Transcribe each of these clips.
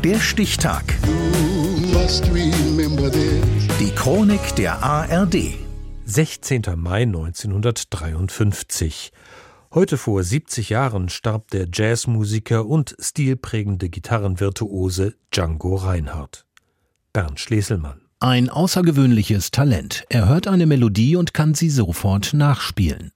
Der Stichtag. Die Chronik der ARD. 16. Mai 1953. Heute vor 70 Jahren starb der Jazzmusiker und stilprägende Gitarrenvirtuose Django Reinhardt. Bernd Schleselmann. Ein außergewöhnliches Talent. Er hört eine Melodie und kann sie sofort nachspielen.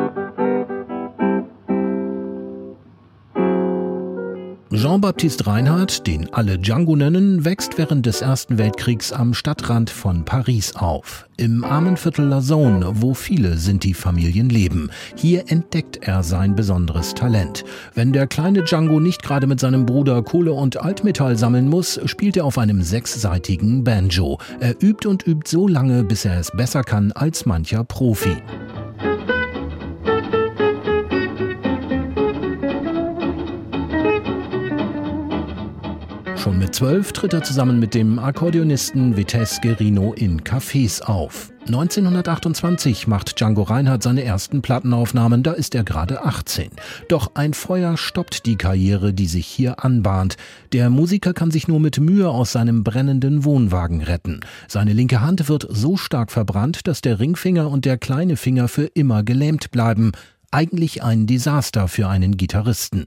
Jean-Baptiste Reinhardt, den alle Django nennen, wächst während des Ersten Weltkriegs am Stadtrand von Paris auf. Im armen Viertel La Zone, wo viele Sinti-Familien leben. Hier entdeckt er sein besonderes Talent. Wenn der kleine Django nicht gerade mit seinem Bruder Kohle und Altmetall sammeln muss, spielt er auf einem 6-saitigen Banjo. Er übt und übt so lange, bis er es besser kann als mancher Profi. Schon mit 12 tritt er zusammen mit dem Akkordeonisten Vitesse Guerino in Cafés auf. 1928 macht Django Reinhardt seine ersten Plattenaufnahmen, da ist er gerade 18. Doch ein Feuer stoppt die Karriere, die sich hier anbahnt. Der Musiker kann sich nur mit Mühe aus seinem brennenden Wohnwagen retten. Seine linke Hand wird so stark verbrannt, dass der Ringfinger und der kleine Finger für immer gelähmt bleiben. Eigentlich ein Desaster für einen Gitarristen.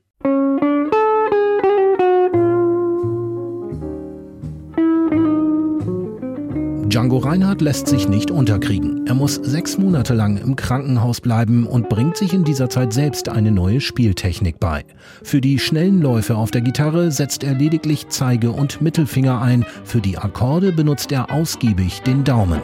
Django Reinhardt lässt sich nicht unterkriegen. Er muss 6 Monate lang im Krankenhaus bleiben und bringt sich in dieser Zeit selbst eine neue Spieltechnik bei. Für die schnellen Läufe auf der Gitarre setzt er lediglich Zeige- und Mittelfinger ein. Für die Akkorde benutzt er ausgiebig den Daumen.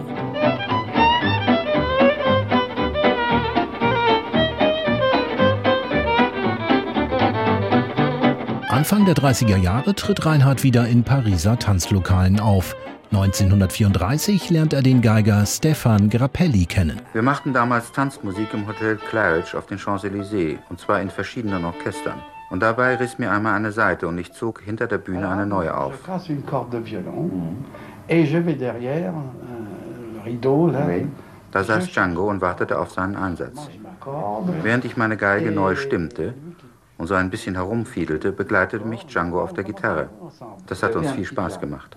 Anfang der 30er Jahre tritt Reinhardt wieder in Pariser Tanzlokalen auf. 1934 lernt er den Geiger Stéphane Grappelli kennen. Wir machten damals Tanzmusik im Hotel Claridge auf den Champs-Élysées, und zwar in verschiedenen Orchestern. Und dabei riss mir einmal eine Seite und ich zog hinter der Bühne eine neue auf. Da saß Django und wartete auf seinen Einsatz. Während ich meine Geige neu stimmte und so ein bisschen herumfiedelte, begleitete mich Django auf der Gitarre. Das hat uns viel Spaß gemacht.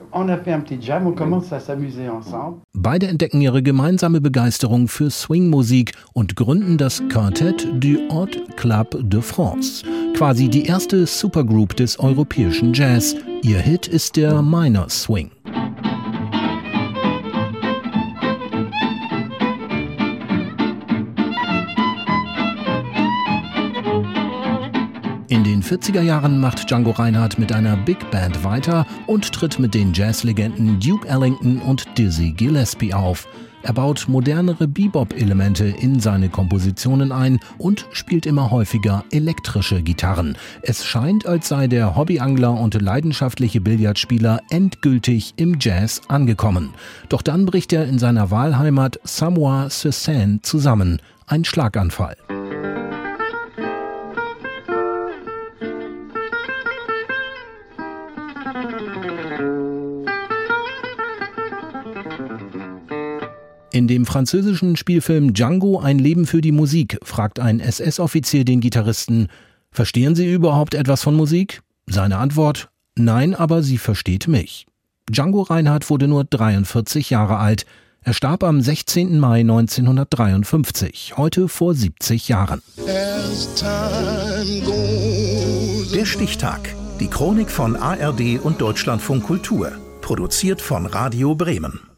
Beide entdecken ihre gemeinsame Begeisterung für Swing-Musik und gründen das Quartet du Hot Club de France. Quasi die erste Supergroup des europäischen Jazz. Ihr Hit ist der Minor Swing. In den 40er Jahren macht Django Reinhardt mit einer Big Band weiter und tritt mit den Jazzlegenden Duke Ellington und Dizzy Gillespie auf. Er baut modernere Bebop-Elemente in seine Kompositionen ein und spielt immer häufiger elektrische Gitarren. Es scheint, als sei der Hobbyangler und leidenschaftliche Billardspieler endgültig im Jazz angekommen. Doch dann bricht er in seiner Wahlheimat Samois-sur-Seine zusammen. Ein Schlaganfall. In dem französischen Spielfilm Django, ein Leben für die Musik, fragt ein SS-Offizier den Gitarristen: Verstehen Sie überhaupt etwas von Musik? Seine Antwort: Nein, aber sie versteht mich. Django Reinhardt wurde nur 43 Jahre alt. Er starb am 16. Mai 1953, heute vor 70 Jahren. Der Stichtag. Die Chronik von ARD und Deutschlandfunk Kultur. Produziert von Radio Bremen.